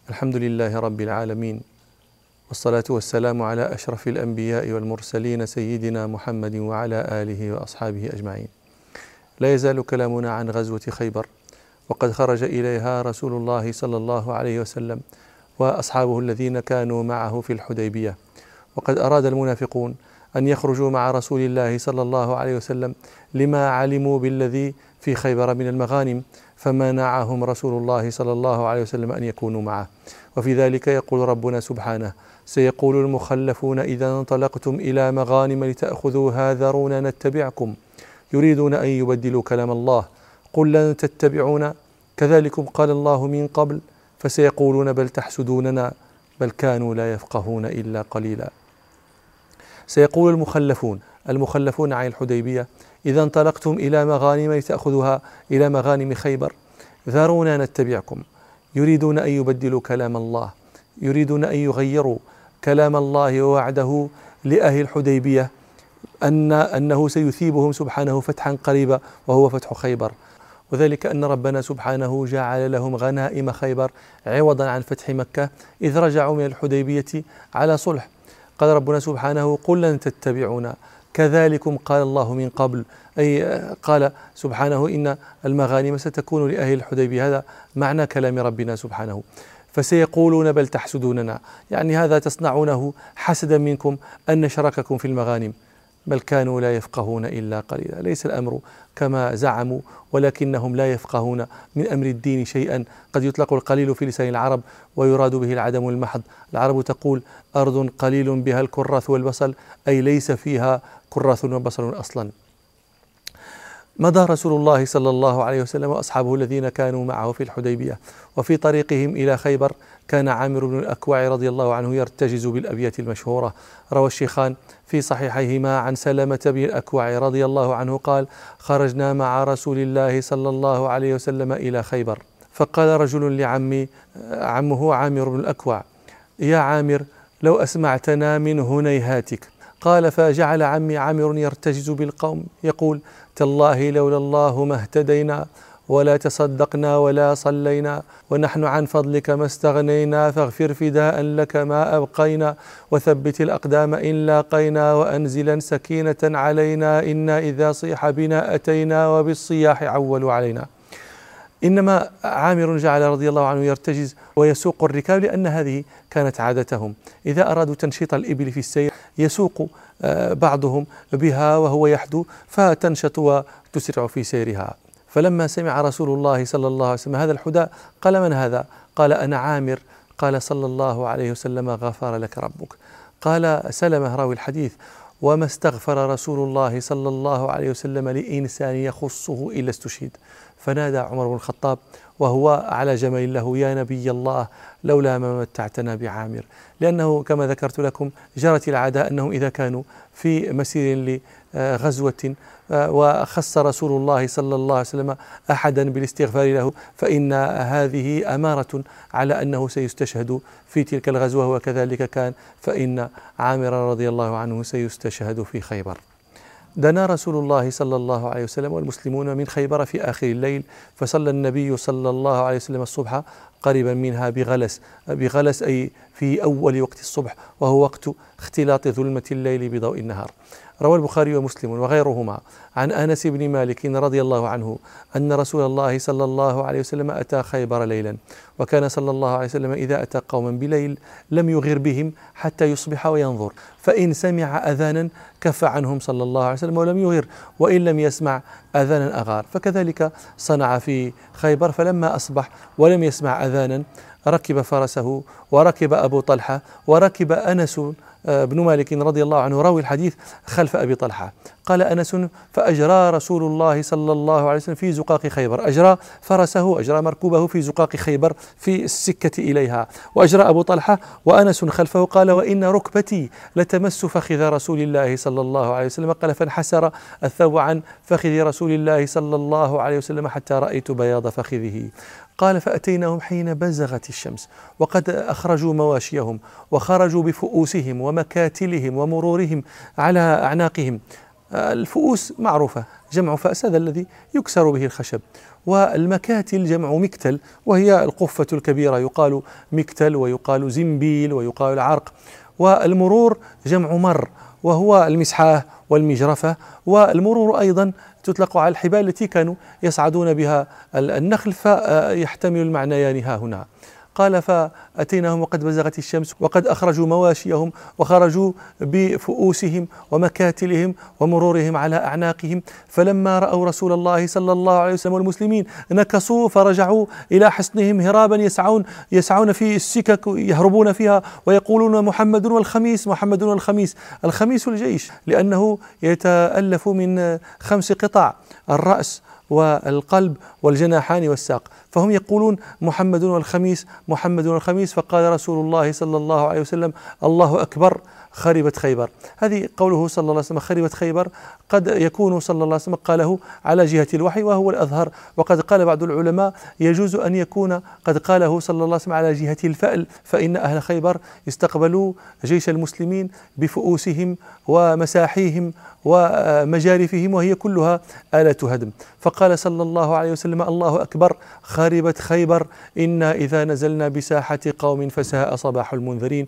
الحمد لله رب العالمين، والصلاة والسلام على أشرف الأنبياء والمرسلين سيدنا محمد وعلى آله وأصحابه أجمعين. لا يزال كلامنا عن غزوة خيبر، وقد خرج إليها رسول الله صلى الله عليه وسلم وأصحابه الذين كانوا معه في الحديبية، وقد أراد المنافقون أن يخرجوا مع رسول الله صلى الله عليه وسلم لما علموا بالذي في خيبر من المغانم، فمنعهم رسول الله صلى الله عليه وسلم أن يكونوا معه. وفي ذلك يقول ربنا سبحانه: سيقول المخلفون إذا انطلقتم إلى مغانم لتأخذوها ذرونا نتبعكم يريدون أن يبدلوا كلام الله قل لن تتبعونا كذلكم قال الله من قبل فسيقولون بل تحسدوننا بل كانوا لا يفقهون إلا قليلا. سيقول المخلفون عن الحديبية: إذا انطلقتم إلى مغانم لتأخذوها إلى مغانم خيبر ذرونا نتبعكم، يريدون أن يبدلوا كلام الله، يريدون أن يغيروا كلام الله ووعده لأهل الحديبية أنه سيثيبهم سبحانه فتحا قريبا وهو فتح خيبر، وذلك أن ربنا سبحانه جعل لهم غنائم خيبر عوضا عن فتح مكة إذ رجعوا من الحديبية على صلح. قال ربنا سبحانه: قل لن تتبعونا كذلكم قال الله من قبل، أي قال سبحانه إن المغانم ستكون لأهل الحديبية، هذا معنى كلام ربنا سبحانه. فسيقولون بل تحسدوننا، يعني هذا تصنعونه حسدا منكم أن نشرككم في المغانم، بل كانوا لا يفقهون إلا قليلا. ليس الأمر كما زعموا، ولكنهم لا يفقهون من أمر الدين شيئا. قد يطلق القليل في لسان العرب ويراد به العدم المحض. العرب تقول: أرض قليل بها الكراث والبصل، أي ليس فيها كراث وبصل أصلا. مضى رسول الله صلى الله عليه وسلم وأصحابه الذين كانوا معه في الحديبية، وفي طريقهم إلى خيبر كان عامر بن الأكوع رضي الله عنه يرتجز بالأبيات المشهورة. روى الشيخان في صحيحيهما عن سلمة بن الأكوع رضي الله عنه قال: خرجنا مع رسول الله صلى الله عليه وسلم إلى خيبر، فقال رجل عمه عامر بن الأكوع: يا عامر لو أسمعتنا من هنيهاتك. قال: فجعل عمي عامر يرتجز بالقوم يقول: تالله لولا الله ما اهتدينا ولا تصدقنا ولا صلينا، ونحن عن فضلك ما استغنينا، فاغفر فداء لك ما أبقينا، وثبت الأقدام إن لاقينا، وأنزلا سكينة علينا، إنا إذا صيح بنا أتينا، وبالصياح عولوا علينا. إنما عامر جعل رضي الله عنه يرتجز ويسوق الركاب، لأن هذه كانت عادتهم، إذا أرادوا تنشيط الإبل في السير يسوق بعضهم بها وهو يحدو فتنشط وتسرع في سيرها. فلما سمع رسول الله صلى الله عليه وسلم هذا الحدى قال: من هذا؟ قال: أنا عامر. قال صلى الله عليه وسلم: غفر لك ربك. قال سلمة راوي الحديث: وما استغفر رسول الله صلى الله عليه وسلم لإنسان يخصه إلا استشهد. فنادى عمر بن الخطاب وهو على جمل له: يا نبي الله لولا ما متعتنا بعامر. لأنه كما ذكرت لكم جرت العادة أنهم إذا كانوا في مسير لغزوة وخص رسول الله صلى الله عليه وسلم أحدا بالاستغفار له، فإن هذه أمارة على أنه سيستشهد في تلك الغزوة، وكذلك كان، فإن عامر رضي الله عنه سيستشهد في خيبر. دنا رسول الله صلى الله عليه وسلم والمسلمون من خيبر في آخر الليل، فصلى النبي صلى الله عليه وسلم الصبح قريبا منها بغلس أي في أول وقت الصبح، وهو وقت اختلاط ظلمة الليل بضوء النهار. روى البخاري ومسلم وغيرهما عن أنس بن مالك رضي الله عنه أن رسول الله صلى الله عليه وسلم أتى خيبر ليلا، وكان صلى الله عليه وسلم إذا أتى قوما بليل لم يغر بهم حتى يصبح وينظر، فإن سمع أذانا كف عنهم صلى الله عليه وسلم ولم يغر، وإن لم يسمع أذانا أغار. فكذلك صنع في خيبر، فلما أصبح ولم يسمع أذانا ركب فرسه وركب أبو طلحة وركب أنس بن مالك رضي الله عنه راوي الحديث خلف أبي طلحة. قال أنس: فأجرى رسول الله صلى الله عليه وسلم في زقاق خيبر، أجرى فرسه أجرى مركوبه في زقاق خيبر في السكة إليها، وأجرى أبو طلحة وأنس خلفه. قال: وإن ركبتي لتمس فخذ رسول الله صلى الله عليه وسلم. قال: فانحسر الثوب عن فخذ رسول الله صلى الله عليه وسلم حتى رأيت بياض فخذه. قال: فأتيناهم حين بزغت الشمس وقد أخرجوا مواشيهم وخرجوا بفؤوسهم ومكاتلهم ومرورهم على أعناقهم. الفؤوس معروفة، جمع فأس هذا الذي يكسر به الخشب، والمكاتل جمع مكتل وهي القفة الكبيرة، يقال مكتل ويقال زنبيل ويقال العرق. والمرور جمع مر وهو المسحاه والمجرفة. والمرور أيضا تطلق على الحبال التي كانوا يصعدون بها النخل، فيحتمل المعنيان ها هنا. قال فأتيناهم وقد بزغت الشمس وقد أخرجوا مواشيهم وخرجوا بفؤوسهم ومكاتلهم ومرورهم على أعناقهم، فلما رأوا رسول الله صلى الله عليه وسلم والمسلمين نكصوا فرجعوا إلى حصنهم هرابا يسعون في السكك يهربون فيها ويقولون محمد والخميس محمد والخميس. الخميس الجيش لأنه يتألف من 5 قطع: الرأس والقلب والجناحان والساق، فهم يقولون محمد والخميس محمد والخميس. فقال رسول الله صلى الله عليه وسلم: الله أكبر خربت خيبر. هذه قوله صلى الله عليه وسلم خربت خيبر قد يكون صلى الله عليه وسلم قاله على جهة الوحي وهو الأظهر، وقد قال بعض العلماء يجوز أن يكون قد قاله صلى الله عليه وسلم على جهة الفأل، فإن أهل خيبر استقبلوا جيش المسلمين بفؤوسهم ومساحيهم ومجارفهم وهي كلها آلة هدم. فقال صلى الله عليه وسلم: الله أكبر خربت خيبر، إنا إذا نزلنا بساحة قوم فساء صباح المنذرين.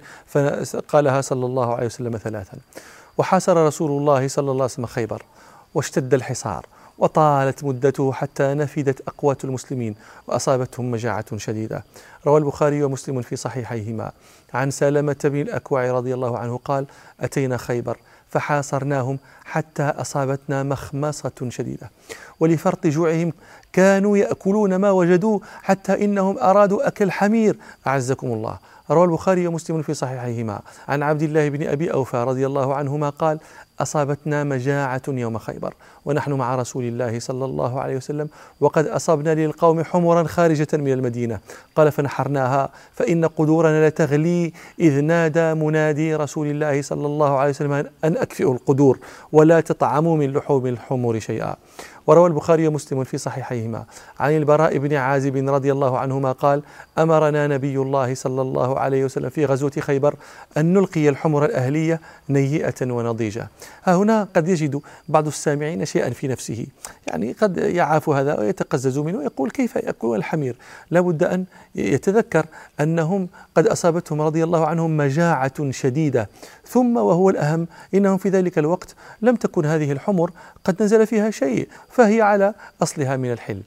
فقالها صلى الله عليه وسلم 3. وحاصر رسول الله صلى الله عليه وسلم خيبر واشتد الحصار وطالت مدته حتى نفدت أقوات المسلمين وأصابتهم مجاعة شديدة. روى البخاري ومسلم في صحيحيهما عن سلمة بن الأكوع رضي الله عنه قال: أتينا خيبر فحاصرناهم حتى أصابتنا مخمصة شديدة، ولفرط جوعهم كانوا يأكلون ما وجدوه حتى إنهم أرادوا أكل حمير أعزكم الله. روى البخاري ومسلم في صحيحيهما عن عبد الله بن أبي أوفى رضي الله عنهما قال: أصابتنا مجاعة يوم خيبر ونحن مع رسول الله صلى الله عليه وسلم، وقد أصبنا للقوم حمرا خارجة من المدينة. قال: فنحرناها فإن قدورنا لتغلي، إذ نادى منادي رسول الله صلى الله عليه وسلم أن أكفئوا القدور ولا تطعموا من لحوم الحمر شيئا. وروى البخاري ومسلم في صحيحيهما عن البراء بن عازب رضي الله عنهما قال: أمرنا نبي الله صلى الله عليه وسلم في غزوة خيبر أن نلقي الحمر الأهلية نيئة ونضيجة. ها هنا قد يجد بعض السامعين شيئا في نفسه، يعني قد يعاف هذا ويتقزز منه ويقول: كيف يأكل الحمير؟ لا بد أن يتذكر أنهم قد أصابتهم رضي الله عنهم مجاعة شديدة، ثم وهو الأهم إنهم في ذلك الوقت لم تكن هذه الحمر قد نزل فيها شيء، فهي على أصلها من الحل.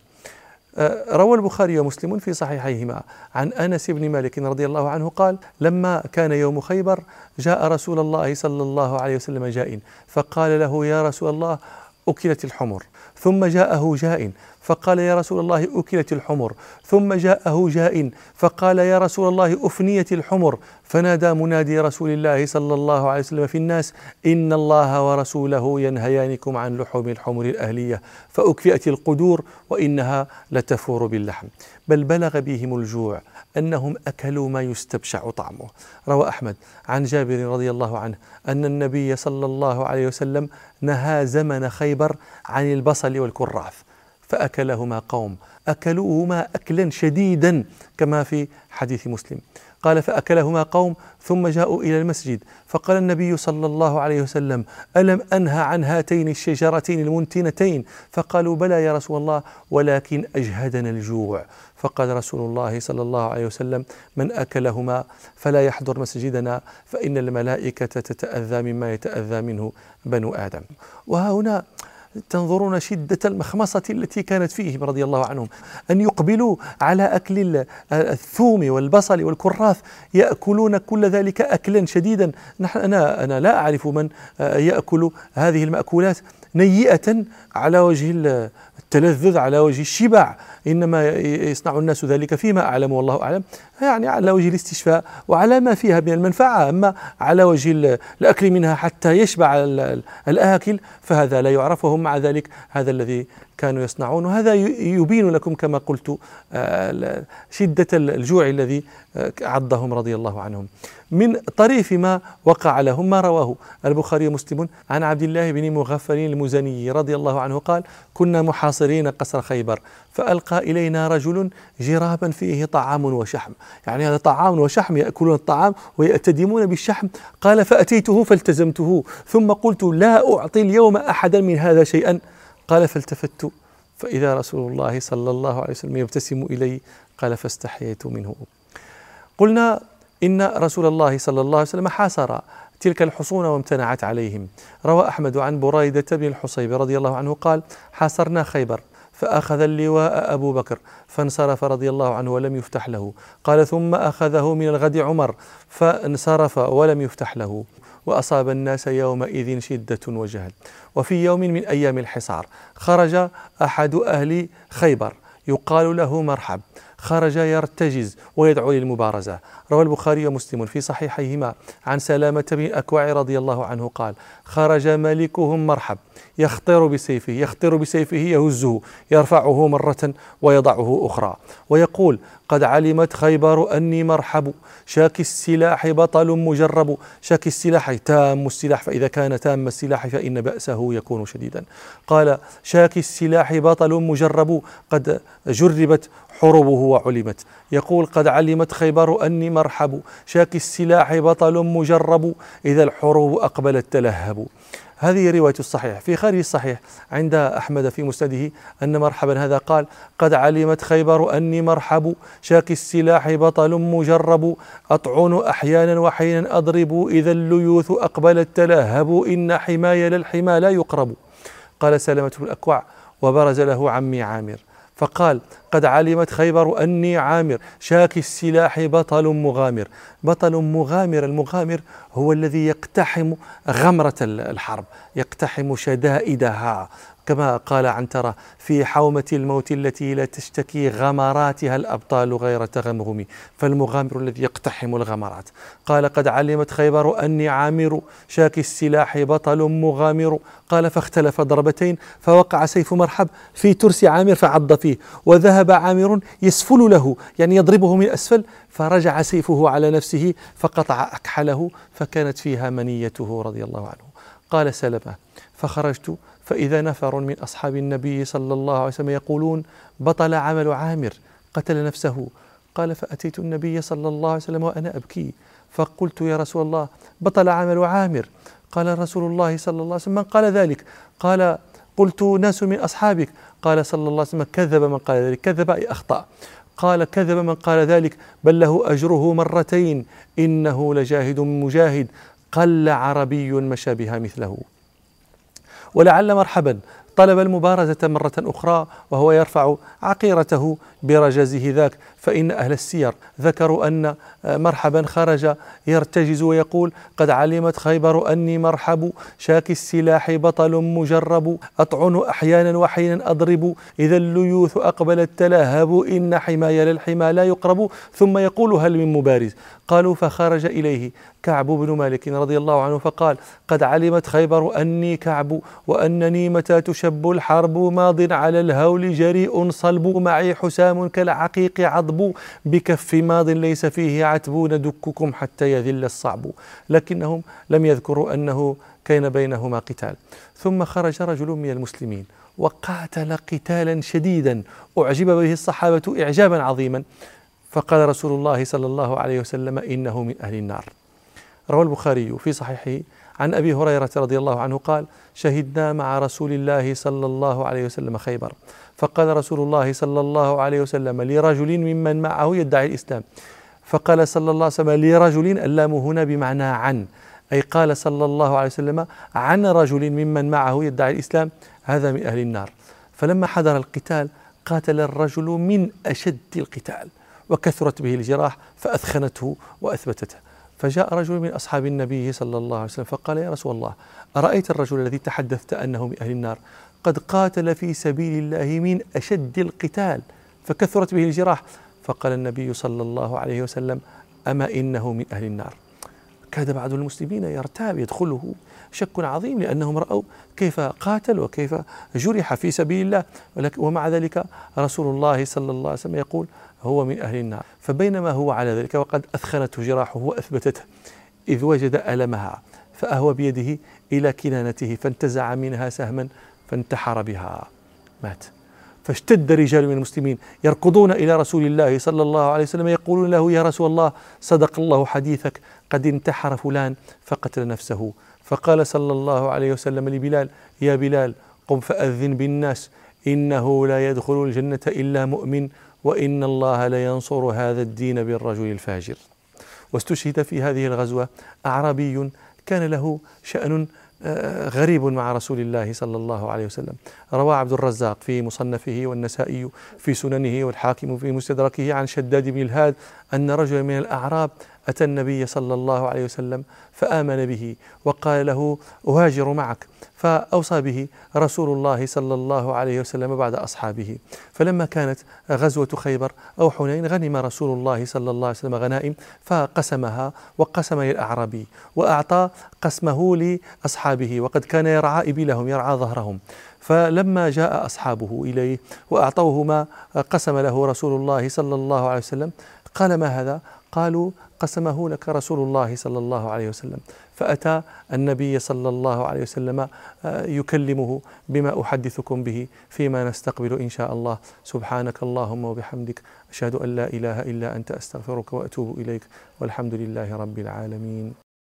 روى البخاري ومسلم في صحيحيهما عن أنس بن مالك رضي الله عنه قال: لما كان يوم خيبر جاء رسول الله صلى الله عليه وسلم جائن فقال له: يا رسول الله أكلت الحمر. ثم جاءه جائن فقال: يا رسول الله أكلت الحمر. ثم جاءه جائن فقال: يا رسول الله أفنيت الحمر. فنادى منادي رسول الله صلى الله عليه وسلم في الناس: إن الله ورسوله ينهيانكم عن لحوم الحمر الأهلية، فأكفئت القدور وإنها لتفور باللحم. بل بلغ بهم الجوع أنهم أكلوا ما يستبشع طعمه. روى أحمد عن جابر رضي الله عنه أن النبي صلى الله عليه وسلم نهى زمن خيبر عن البصل والكراث، فأكلهما قوم أكلوهما أكلا شديدا كما في حديث مسلم. قال: فأكلهما قوم ثم جاءوا إلى المسجد فقال النبي صلى الله عليه وسلم: ألم أنهى عن هاتين الشجرتين المنتنتين؟ فقالوا: بلى يا رسول الله، ولكن أجهدنا الجوع. فقال رسول الله صلى الله عليه وسلم: من أكلهما فلا يحضر مسجدنا، فإن الملائكة تتأذى مما يتأذى منه بنو آدم. وها هنا تنظرون شدة المخمصة التي كانت فيهم رضي الله عنهم، أن يقبلوا على أكل الثوم والبصل والكراث، يأكلون كل ذلك أكلا شديدا. أنا لا أعرف من يأكل هذه المأكولات نيئة على وجه التلذذ، على وجه الشبع، إنما يصنع الناس ذلك فيما أعلم والله أعلم، يعني على وجه الاستشفاء وعلى ما فيها من المنفعة. أما على وجه الأكل منها حتى يشبع الآكل فهذا لا يعرف، وهم مع ذلك هذا الذي كانوا يصنعون. وهذا يبين لكم كما قلت شدة الجوع الذي عضهم رضي الله عنهم. من طريف ما وقع لهم ما رواه البخاري ومسلم عن عبد الله بن مغفل المزني رضي الله عنه قال: كنا محاصرين قصر خيبر، فألقى إلينا رجل جرابا فيه طعام وشحم، يعني هذا طعام وشحم، يأكلون الطعام ويأتدمون بالشحم. قال: فأتيته فالتزمته، ثم قلت: لا أعطي اليوم أحدا من هذا شيئا. قال: فالتفت فإذا رسول الله صلى الله عليه وسلم يبتسم إلي. قال: فاستحييت منه. قلنا إن رسول الله صلى الله عليه وسلم حاصر تلك الحصون وامتنعت عليهم. روى أحمد عن بريدة بن الحصيب رضي الله عنه قال: حاصرنا خيبر فأخذ اللواء أبو بكر فانصرف رضي الله عنه ولم يفتح له. قال: ثم أخذه من الغد عمر فانصرف ولم يفتح له. وأصاب الناس يومئذ شدة وجهل. وفي يوم من أيام الحصار خرج أحد أهل خيبر يقال له مرحب، خرج يرتجز ويدعو للمبارزة. روى البخاري ومسلم في صحيحيهما عن سلامة بن الأكوع رضي الله عنه قال: خرج ملكهم مرحب يخطر بسيفه يهزه يرفعه مرة ويضعه أخرى ويقول: قد علمت خيبر أني مرحب، شاك السلاح بطل مجرب. شاك السلاح تام السلاح، فإذا كان تام السلاح فإن بأسه يكون شديدا. قال: شاك السلاح بطل مجرب، قد جربت حروبه وعلمت. يقول: قد علمت خيبر أني مرحب، شاك السلاح بطل مجرب، إذا الحروب أقبلت تلهب. هذه رواية الصحيح. في خارج الصحيح عند أحمد في مسنده أن مرحبا هذا قال: قد علمت خيبر أني مرحب، شاك السلاح بطل مجرب، أطعن أحيانا وحينا أضرب، إذا الليوث أقبلت تلهب، إن حماي للحمى لا يقرب. قال سلمة بن الأكوع: وبرز له عمي عامر فقال: قد علمت خيبر أني عامر، شاك السلاح بطل مغامر. بطل مغامر، المغامر هو الذي يقتحم غمرة الحرب، يقتحم شدائدها، كما قال عنترة: في حومة الموت التي لا تشتكي غمراتها الأبطال غير تغمغم. فالمغامر الذي يقتحم الغمرات. قال: قد علمت خيبر أني عامر، شاك السلاح بطل مغامر. قال: فاختلف ضربتين، فوقع سيف مرحب في ترس عامر فعض فيه، وذهب عامر يسفل له، يعني يضربه من أسفل، فرجع سيفه على نفسه فقطع أكحله، فكانت فيها منيته رضي الله عنه. قال سلمة: فخرجت فإذا نفر من أصحاب النبي صلى الله عليه وسلم يقولون: بطل عمل عامر، قتل نفسه. قال: فأتيت النبي صلى الله عليه وسلم وأنا أبكي، فقلت: يا رسول الله، بطل عمل عامر. قال رسول الله صلى الله عليه وسلم: من قال ذلك؟ قال: قلت: ناس من أصحابك. قال صلى الله عليه وسلم: كذب من قال ذلك. كذب أي أخطأ. قال: كذب من قال ذلك، بل له أجره مرتين، إنه لجاهد مجاهد، قل عربي مشى بها مثله. ولعل مرحبا طلب المبارزة مرة أخرى وهو يرفع عقيرته برجزه ذاك، فإن أهل السير ذكروا أن مرحبا خرج يرتجز ويقول: قد علمت خيبر أني مرحب، شاك السلاح بطل مجرب، أطعن أحيانا وحينا أضرب، إذا الليوث أقبلت تلهب، إن حماي للحمى لا يقرب. ثم يقول: هل من مبارز؟ قالوا: فخرج إليه كعب بن مالك رضي الله عنه فقال: قد علمت خيبر أني كعب، وأنني متى تشب الحرب ماض على الهول جريء صلب، معي حسام كالعقيق عضب، بكف ماض ليس فيه عتب، ندككم حتى يذل الصعب. لكنهم لم يذكروا أنه كان بينهما قتال. ثم خرج رجل من المسلمين وقاتل قتالا شديدا أعجب به الصحابة إعجابا عظيما، فقال رسول الله صلى الله عليه وسلم: إنه من أهل النار. روى البخاري في صحيحه عن أبي هريرة رضي الله عنه قال: شهدنا مع رسول الله صلى الله عليه وسلم خيبر، فقال رسول الله صلى الله عليه وسلم لرجل ممن معه يدعي الإسلام، فقال صلى الله عليه وسلم لرجل، اللام هنا بمعنى عن، أي قال صلى الله عليه وسلم عن رجل ممن معه يدعي الإسلام: هذا من أهل النار. فلما حضر القتال قاتل الرجل من أشد القتال، وكثرت به الجراح فأثخنته وأثبتته. فجاء رجل من أصحاب النبي صلى الله عليه وسلم فقال: يا رسول الله، أرأيت الرجل الذي تحدثت أنه من أهل النار قد قاتل في سبيل الله من أشد القتال فكثرت به الجراح؟ فقال النبي صلى الله عليه وسلم: أما إنه من أهل النار. كاد بعض المسلمين يرتاب، يدخله شك عظيم، لأنهم رأوا كيف قاتل وكيف جرح في سبيل الله، ومع ذلك رسول الله صلى الله عليه وسلم يقول: هو من أهل النار. فبينما هو على ذلك وقد أثخنته جراحه وأثبتته إذ وجد ألمها فأهوى بيده إلى كنانته فانتزع منها سهما فانتحر بها، مات. فاشتد رجال من المسلمين يركضون إلى رسول الله صلى الله عليه وسلم يقولون له: يا رسول الله، صدق الله حديثك، قد انتحر فلان فقتل نفسه. فقال صلى الله عليه وسلم لبلال: يا بلال، قم فأذن بالناس، إنه لا يدخل الجنة إلا مؤمن، وإن الله لينصر هذا الدين بالرجل الفاجر. واستشهد في هذه الغزوة أعرابي كان له شأن غريب مع رسول الله صلى الله عليه وسلم. روى عبد الرزاق في مصنفه والنسائي في سننه والحاكم في مستدركه عن شداد بن الهاد أن رجلا من الأعراب أتى النبي صلى الله عليه وسلم فآمن به وقال له: أهاجر معك، فأوصى به رسول الله صلى الله عليه وسلم بعد أصحابه. فلما كانت غزوة خيبر أو حنين غنم رسول الله صلى الله عليه وسلم غنائم فقسمها وقسم للأعرابي وأعطى قسمه لأصحابه، وقد كان يرعى إبلهم، يرعى ظهرهم. فلما جاء أصحابه إليه وأعطوه ما قسم له رسول الله صلى الله عليه وسلم قال: ما هذا؟ قالوا: قسمه لك رسول الله صلى الله عليه وسلم. فأتى النبي صلى الله عليه وسلم يكلمه بما أحدثكم به فيما نستقبل إن شاء الله. سبحانك اللهم وبحمدك، أشهد أن لا إله إلا أنت، أستغفرك وأتوب إليك، والحمد لله رب العالمين.